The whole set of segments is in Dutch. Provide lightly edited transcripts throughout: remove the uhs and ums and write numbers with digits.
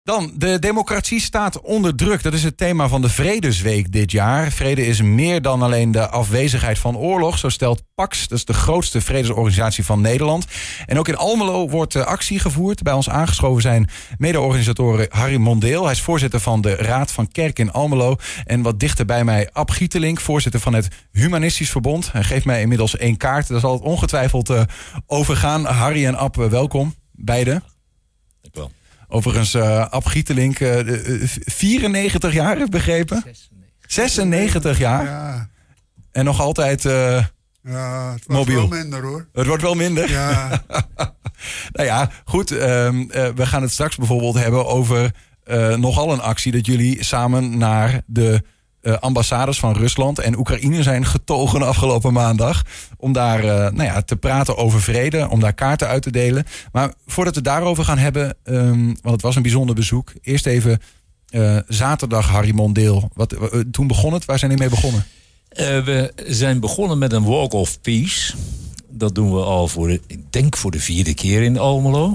Dan, de democratie staat onder druk. Dat is het thema van de Vredesweek dit jaar. Vrede is meer dan alleen de afwezigheid van oorlog. Zo stelt PAX, dat is de grootste vredesorganisatie van Nederland. En ook in Almelo wordt actie gevoerd. Bij ons aangeschoven zijn mede-organisatoren Harry Mondeel. Hij is voorzitter van de Raad van Kerk in Almelo. En wat dichter bij mij Ab Gietelink, voorzitter van het Humanistisch Verbond. Hij geeft mij inmiddels 1 kaart. Daar zal het ongetwijfeld overgaan. Harry en Ab, welkom. Beide. Dank wel. Overigens, Ab Gietelink, 94 jaar, heb ik begrepen? 96 jaar? Ja. En nog altijd Ja, het wordt mobiel. wel minder hoor. Het wordt wel minder? Ja. Nou ja, goed. We gaan het straks bijvoorbeeld hebben over nogal een actie dat jullie samen naar de ambassades van Rusland en Oekraïne zijn getogen afgelopen maandag. Om daar te praten over vrede, om daar kaarten uit te delen. Maar voordat we het daarover gaan hebben, want het was een bijzonder bezoek. Eerst even zaterdag Harry Mondeel. Toen begon het, waar zijn jullie mee begonnen? We zijn begonnen met een Walk of Peace. Dat doen we al voor de 4e keer in Almelo.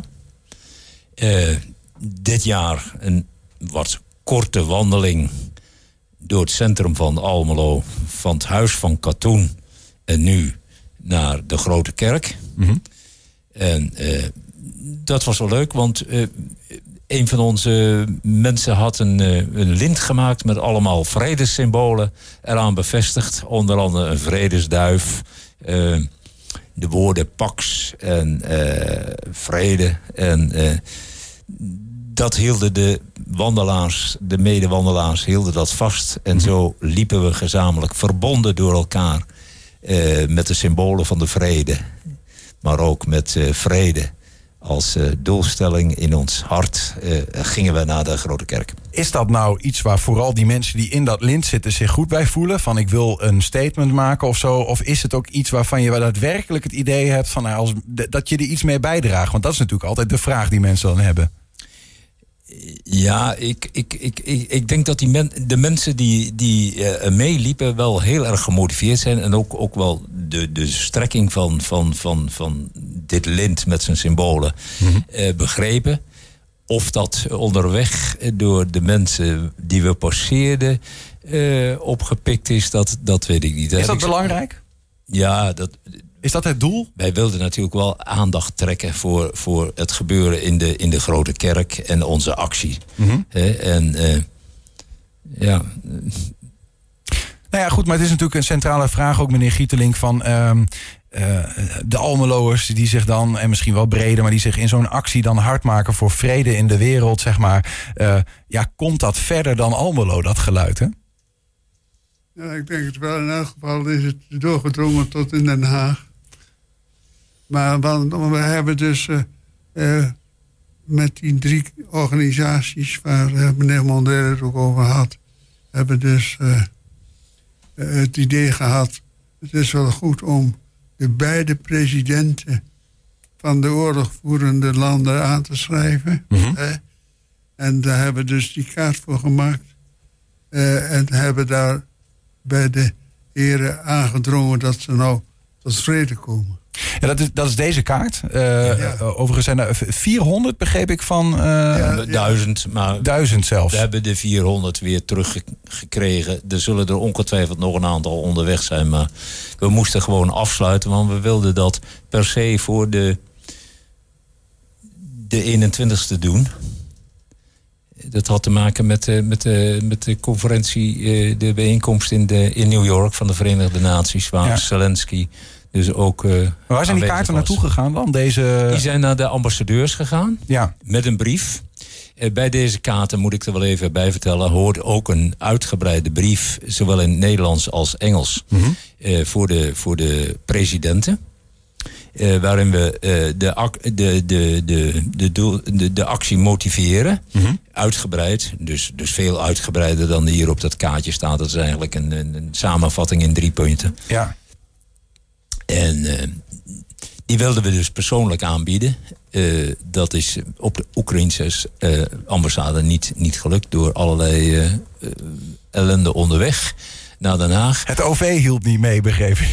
Dit jaar een wat korte wandeling door het centrum van Almelo, van het Huis van Katoen en nu naar de Grote Kerk. Mm-hmm. En dat was wel leuk, want een van onze mensen had een lint gemaakt met allemaal vredessymbolen eraan bevestigd. Onder andere een vredesduif, de woorden pax en vrede. En dat hielden de wandelaars, de medewandelaars, hielden dat vast. En zo liepen we gezamenlijk verbonden door elkaar met de symbolen van de vrede. Maar ook met vrede als doelstelling in ons hart gingen we naar de Grote Kerk. Is dat nou iets waar vooral die mensen die in dat lint zitten zich goed bij voelen? Van ik wil een statement maken of zo? Of is het ook iets waarvan je daadwerkelijk het idee hebt van dat je er iets mee bijdraagt? Want dat is natuurlijk altijd de vraag die mensen dan hebben. Ja, ik denk dat de mensen die meeliepen wel heel erg gemotiveerd zijn. En ook wel de strekking van dit lint met zijn symbolen begrepen. Of dat onderweg door de mensen die we passeerden opgepikt is, dat weet ik niet. Is dat belangrijk? Ja, is dat het doel? Wij wilden natuurlijk wel aandacht trekken voor het gebeuren in de Grote Kerk en onze actie. Mm-hmm. Ja. Nou ja, goed, maar het is natuurlijk een centrale vraag ook, meneer Gietelink, van de Almeloers die zich dan, en misschien wel breder, maar die zich in zo'n actie dan hard maken voor vrede in de wereld, zeg maar. Komt dat verder dan Almelo, dat geluid, hè? Ja, ik denk het wel. In elk geval is het doorgedrongen tot in Den Haag. Maar we hebben dus met die 3 organisaties waar meneer Mondeel het ook over had, hebben dus het idee gehad, het is wel goed om de beide presidenten van de oorlogvoerende landen aan te schrijven. Mm-hmm. En daar hebben we dus die kaart voor gemaakt. En hebben daar bij de heren aangedrongen dat ze nou tot vrede komen. Ja, dat is deze kaart. Overigens zijn er 400, begreep ik, van 1000. Maar 1000 zelfs. We hebben de 400 weer teruggekregen. Er zullen er ongetwijfeld nog een aantal onderweg zijn. Maar we moesten gewoon afsluiten. Want we wilden dat per se voor de 21ste doen. Dat had te maken met de conferentie, de bijeenkomst in New York van de Verenigde Naties, waar Zelensky dus ook. Maar waar zijn die kaarten naartoe gegaan dan? Die zijn naar de ambassadeurs gegaan, met een brief. Bij deze kaarten, moet ik er wel even bij vertellen, hoort ook een uitgebreide brief, zowel in Nederlands als Engels, voor de presidenten. Waarin we de actie motiveren. Mm-hmm. Uitgebreid. Dus veel uitgebreider dan hier op dat kaartje staat. Dat is eigenlijk een samenvatting in 3 punten. Ja. En die wilden we dus persoonlijk aanbieden. Dat is op de Oekraïnse ambassade niet gelukt. Door allerlei ellende onderweg naar Den Haag. Het OV hield niet mee, begreep ik.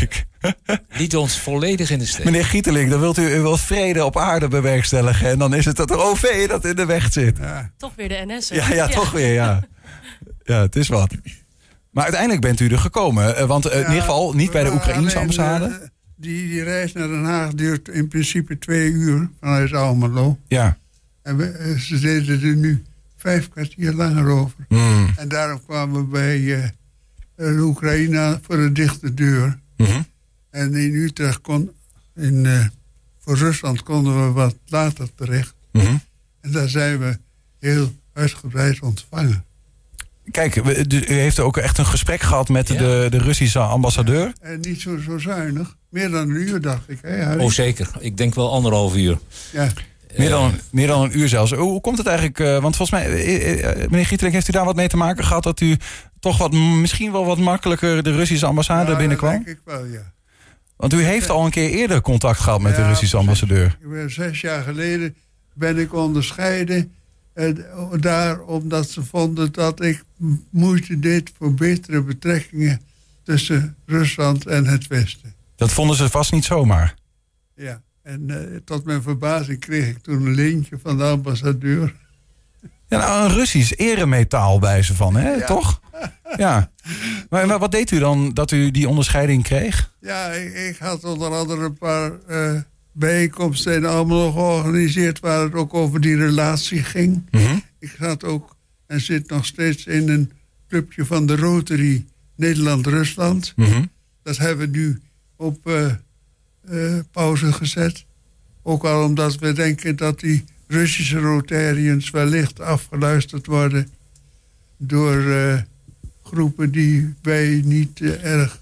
Liet ons volledig in de steek. Meneer Gieteling, dan wilt u wilt vrede op aarde bewerkstelligen. En dan is het dat OV dat in de weg zit. Ja. Toch weer de NS. hè? Ja, toch weer, ja. Ja, het is wat. Maar uiteindelijk bent u er gekomen. Want in ieder geval niet bij de Oekraïense ambassade. Die reis naar Den Haag duurt in principe 2 uur vanuit Almelo. Ja. En ze deden er nu 5 kwartier langer over. En daarom kwamen we bij de Oekraïne voor de dichte deur. En in Utrecht voor Rusland konden we wat later terecht. En daar zijn we heel uitgebreid ontvangen. Kijk, u heeft ook echt een gesprek gehad met de Russische ambassadeur. Ja, en niet zo zuinig. Meer dan een uur, dacht ik. Hè, Harry? Oh, zeker. Ik denk wel 1,5 uur. Ja. Meer dan een uur zelfs. Hoe komt het eigenlijk? Want volgens mij, meneer Gieteling, heeft u daar wat mee te maken gehad dat u toch misschien wel wat makkelijker de Russische ambassade binnenkwam? Dat denk ik wel, ja. Want u heeft al een keer eerder contact gehad met de Russische ambassadeur. 6 jaar geleden ben ik onderscheiden daar omdat ze vonden dat ik moeite deed voor betere betrekkingen tussen Rusland en het Westen. Dat vonden ze vast niet zomaar. Ja, en tot mijn verbazing kreeg ik toen een lintje van de ambassadeur. Ja, nou, een Russisch eremetaal bij ze van, hè? Ja. Toch? Ja. Maar wat deed u dan dat u die onderscheiding kreeg? Ja, ik had onder andere een paar bijeenkomsten in Almelo georganiseerd waar het ook over die relatie ging. Ik zat ook en zit nog steeds in een clubje van de Rotary Nederland-Rusland. Dat hebben we nu op pauze gezet. Ook al omdat we denken dat die Russische Rotariërs wellicht afgeluisterd worden door groepen die wij niet erg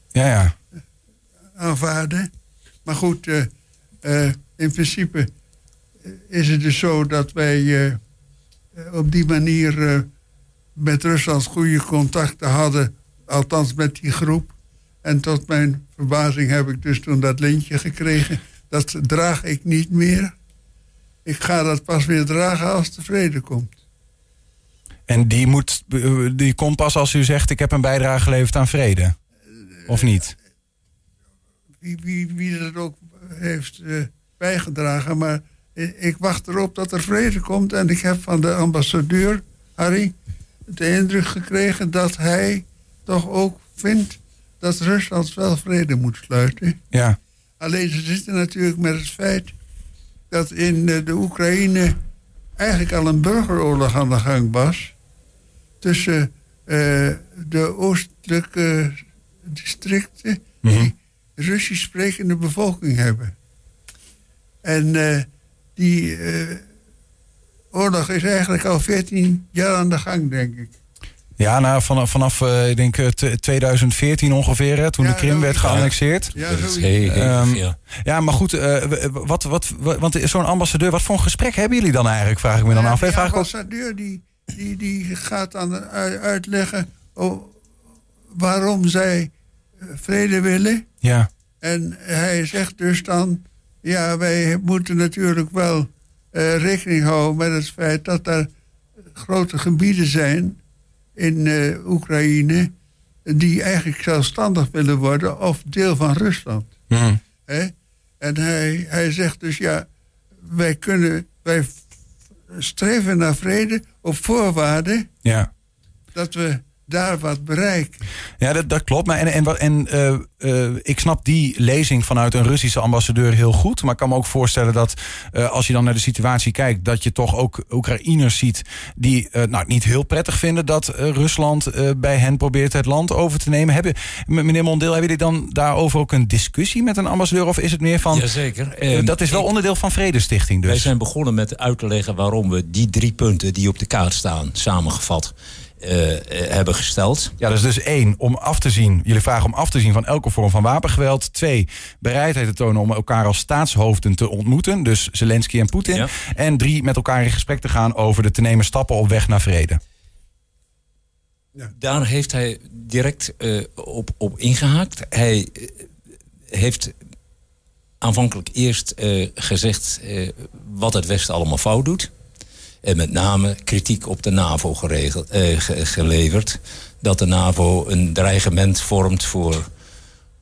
aanvaarden. Maar goed, in principe is het dus zo dat wij op die manier met Rusland goede contacten hadden. Althans met die groep. En tot mijn verbazing heb ik dus toen dat lintje gekregen. Dat draag ik niet meer. Ik ga dat pas weer dragen als de vrede komt. En die komt pas als u zegt, ik heb een bijdrage geleverd aan vrede? Of niet? Wie dat ook heeft bijgedragen. Maar ik wacht erop dat er vrede komt. En ik heb van de ambassadeur, Harry, de indruk gekregen dat hij toch ook vindt dat Rusland wel vrede moet sluiten. Ja. Alleen ze zitten natuurlijk met het feit dat in de Oekraïne eigenlijk al een burgeroorlog aan de gang was tussen de oostelijke districten die Russisch sprekende bevolking hebben. En die oorlog is eigenlijk al 14 jaar aan de gang, denk ik. Ja, nou, vanaf ik denk 2014 ongeveer, hè, toen de Krim werd geannexeerd. Ja, Dat is heel ja, maar goed, want zo'n ambassadeur, wat voor een gesprek hebben jullie dan eigenlijk, vraag ik me dan af. De ambassadeur die gaat dan uitleggen waarom zij vrede willen. Ja. En hij zegt dus dan, ja, wij moeten natuurlijk wel rekening houden met het feit dat er grote gebieden zijn in Oekraïne die eigenlijk zelfstandig willen worden of deel van Rusland. En hij zegt dus, ja, wij streven naar vrede op voorwaarde dat we daar wat bereiken. Ja, dat klopt. Maar ik snap die lezing vanuit een Russische ambassadeur heel goed. Maar ik kan me ook voorstellen dat als je dan naar de situatie kijkt, dat je toch ook Oekraïners ziet die niet heel prettig vinden dat Rusland bij hen probeert het land over te nemen. Meneer Mondeel, hebben jullie dan daarover ook een discussie met een ambassadeur? Of is het meer van... Jazeker. Dat is wel onderdeel van Vredestichting dus. Wij zijn begonnen met uit te leggen waarom we die 3 punten die op de kaart staan, samengevat, hebben gesteld. Ja, dat is dus 1, om af te zien. Jullie vragen om af te zien van elke vorm van wapengeweld. 2, bereidheid te tonen om elkaar als staatshoofden te ontmoeten. Dus Zelensky en Poetin. Ja. En 3, met elkaar in gesprek te gaan over de te nemen stappen op weg naar vrede. Ja. Daar heeft hij direct op ingehaakt. Hij heeft aanvankelijk eerst gezegd wat het Westen allemaal fout doet. En met name kritiek op de NAVO geleverd. Dat de NAVO een dreigement vormt voor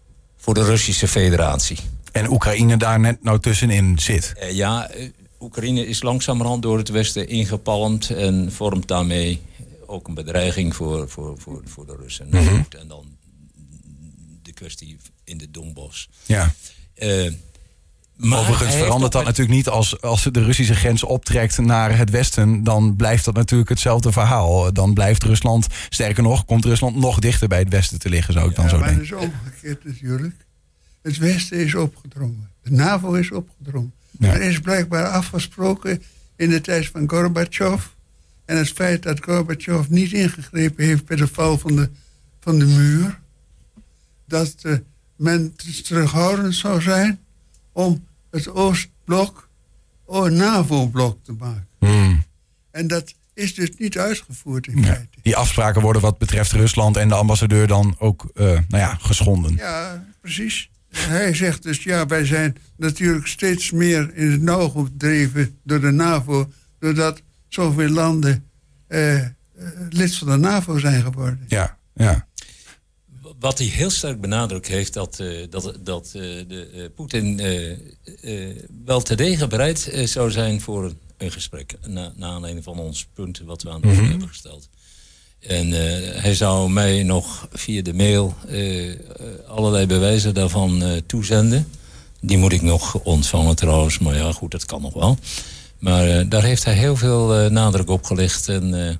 voor de Russische Federatie. En Oekraïne daar net nou tussenin zit. Oekraïne is langzamerhand door het Westen ingepalmd en vormt daarmee ook een bedreiging voor de Russen. Mm-hmm. En dan de kwestie in de Donbass. Ja. Maar overigens verandert dat natuurlijk niet als de Russische grens optrekt naar het westen. Dan blijft dat natuurlijk hetzelfde verhaal. Dan blijft Rusland, sterker nog, komt Rusland nog dichter bij het westen te liggen, zou ik dan zo denken. Maar het is omgekeerd natuurlijk. Het westen is opgedrongen. De NAVO is opgedrongen. Ja. Er is blijkbaar afgesproken in de tijd van Gorbachev. En het feit dat Gorbachev niet ingegrepen heeft bij de val van de muur. Dat men terughoudend zou zijn om het Oostblok een NAVO-blok te maken. En dat is dus niet uitgevoerd in feite. Die afspraken worden wat betreft Rusland en de ambassadeur dan ook geschonden. Ja, precies. Hij zegt dus, wij zijn natuurlijk steeds meer in het nauw gedreven door de NAVO, doordat zoveel landen lid van de NAVO zijn geworden. Ja. Wat hij heel sterk benadrukt heeft, dat Poetin wel terdege bereid zou zijn voor een gesprek. Na aanleiding van ons punt wat we aan de orde hebben gesteld. En hij zou mij nog via de mail allerlei bewijzen daarvan toezenden. Die moet ik nog ontvangen trouwens, maar ja goed, dat kan nog wel. Maar daar heeft hij heel veel nadruk op gelegd. En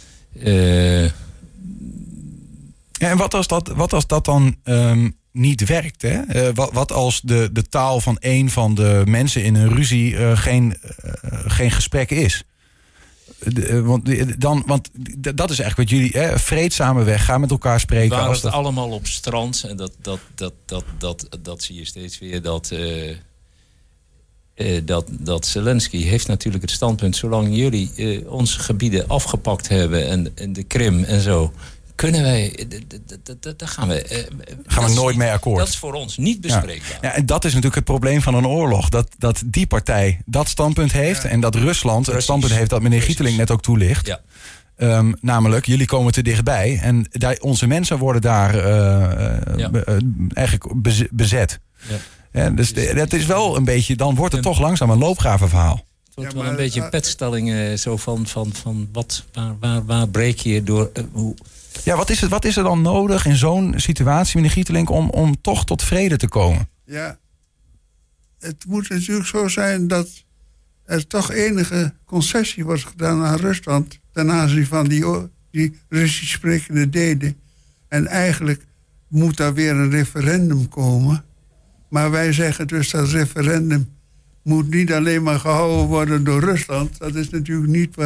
wat als dat dan niet werkt? Hè? Wat als de taal van een van de mensen in een ruzie geen gesprek is? Want dat is eigenlijk wat jullie... vreedzame weg, gaan met elkaar spreken. We waren het allemaal op strand. En dat zie je steeds weer. Dat Zelensky heeft natuurlijk het standpunt... zolang jullie onze gebieden afgepakt hebben... en de Krim en zo... kunnen wij... Daar gaan we nooit mee akkoord. Dat is voor ons niet bespreekbaar. Ja, en dat is natuurlijk het probleem van een oorlog. Dat die partij dat standpunt heeft... en dat Rusland het standpunt heeft... dat meneer Gieteling net ook toelicht. Ja. Namelijk, jullie komen te dichtbij... en onze mensen worden daar eigenlijk bezet. Ja. Ja, dus dat is wel een beetje... dan wordt het toch langzaam een loopgravenverhaal. Het wordt wel een beetje een petstelling zo van waar breek je door... Ja, wat is er dan nodig in zo'n situatie, meneer Gieteling, om toch tot vrede te komen? Ja, het moet natuurlijk zo zijn dat er toch enige concessie wordt gedaan aan Rusland ten aanzien van die Russisch sprekende delen. En eigenlijk moet daar weer een referendum komen. Maar wij zeggen dus dat referendum moet niet alleen maar gehouden worden door Rusland. Dat is natuurlijk niet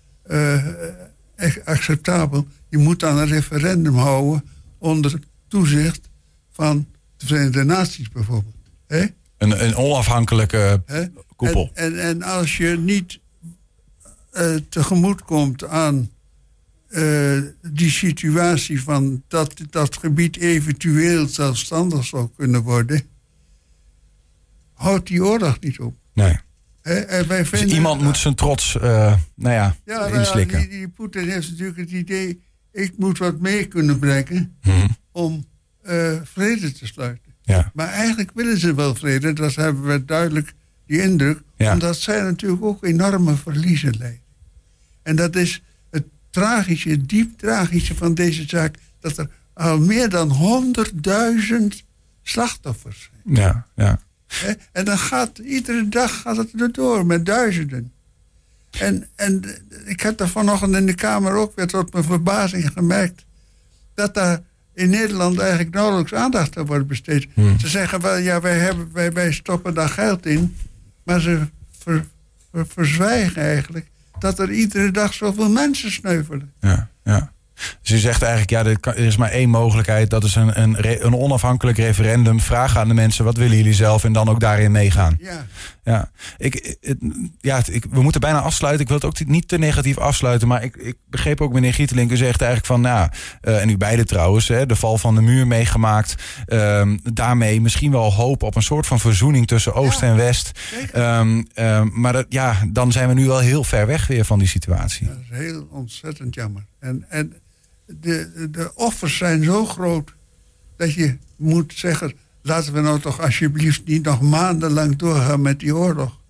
echt acceptabel. Je moet dan een referendum houden onder toezicht van de Verenigde Naties bijvoorbeeld. He? Een onafhankelijke koepel. En als je niet tegemoet komt aan die situatie van dat gebied eventueel zelfstandig zou kunnen worden, houdt die oorlog niet op. Nee. Wij vinden, iemand moet zijn trots inslikken. Die Poetin heeft natuurlijk het idee, ik moet wat mee kunnen brengen om vrede te sluiten. Ja. Maar eigenlijk willen ze wel vrede, dat hebben we duidelijk die indruk. Ja. Omdat zij natuurlijk ook enorme verliezen lijden. En dat is het tragische, diep tragische van deze zaak, dat er al meer dan 100.000 slachtoffers zijn. Ja. En dan iedere dag gaat het erdoor met duizenden. En ik heb daar vanochtend in de Kamer ook weer tot mijn verbazing gemerkt dat daar in Nederland eigenlijk nauwelijks aandacht aan wordt besteed. Ze zeggen wel, ja, wij stoppen daar geld in, maar ze verzwijgen eigenlijk dat er iedere dag zoveel mensen sneuvelen. Ja. Dus u zegt eigenlijk, er is maar één mogelijkheid. Dat is een onafhankelijk referendum. Vragen aan de mensen, wat willen jullie zelf? En dan ook daarin meegaan. Ja. We moeten bijna afsluiten. Ik wil het ook niet te negatief afsluiten. Maar ik begreep ook, meneer Gieteling, u zegt eigenlijk van... en u beiden trouwens, de val van de muur meegemaakt. Daarmee misschien wel hoop op een soort van verzoening tussen Oost en West. Maar dan zijn we nu wel heel ver weg weer van die situatie. Dat is heel ontzettend jammer. En de offers zijn zo groot dat je moet zeggen, laten we nou toch alsjeblieft niet nog maandenlang doorgaan met die oorlog.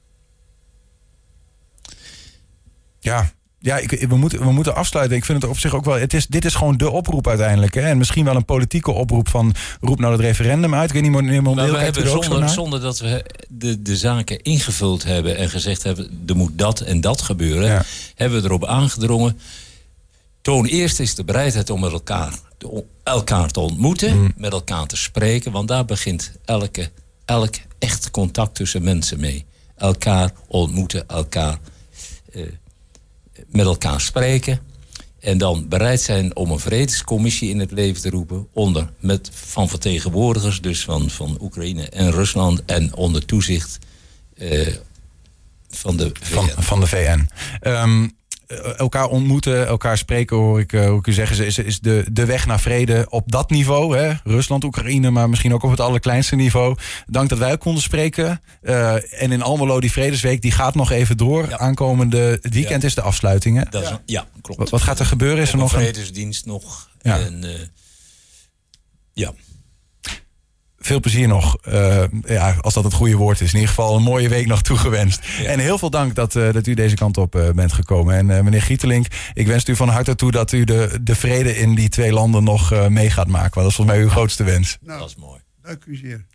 Ja, we moeten afsluiten. Ik vind het op zich ook wel... Dit is gewoon de oproep uiteindelijk. Hè? En misschien wel een politieke oproep van... roep nou het referendum uit. Ik weet niet, meneer Mondeel, maar we kijkt u er ook zo hebben naar? zonder dat we de zaken ingevuld hebben... en gezegd hebben, er moet dat en dat gebeuren... Ja. hebben we erop aangedrongen... toon eerst eens de bereidheid om met elkaar te ontmoeten... met elkaar te spreken, want daar begint elk echt contact tussen mensen mee. Elkaar ontmoeten, met elkaar spreken... en dan bereid zijn om een vredescommissie in het leven te roepen... van vertegenwoordigers, dus van Oekraïne en Rusland... en onder toezicht van de VN. Van de VN. Elkaar ontmoeten, elkaar spreken, hoor ik u zeggen... is de weg naar vrede op dat niveau. Hè? Rusland, Oekraïne, maar misschien ook op het allerkleinste niveau. Dank dat wij ook konden spreken. En in Almelo, die Vredesweek, die gaat nog even door. Ja. Aankomende weekend is de afsluiting. Hè? Ja, klopt. Wat gaat er gebeuren? Is er nog een vredesdienst nog. Ja. En, ja. Veel plezier nog, als dat het goede woord is. In ieder geval een mooie week nog toegewenst. Ja. En heel veel dank dat u deze kant op bent gekomen. En meneer Gietelink, ik wens u van harte toe... dat u de vrede in die twee landen nog mee gaat maken. Want dat is volgens mij uw grootste wens. Nou, dat is mooi. Dank u zeer.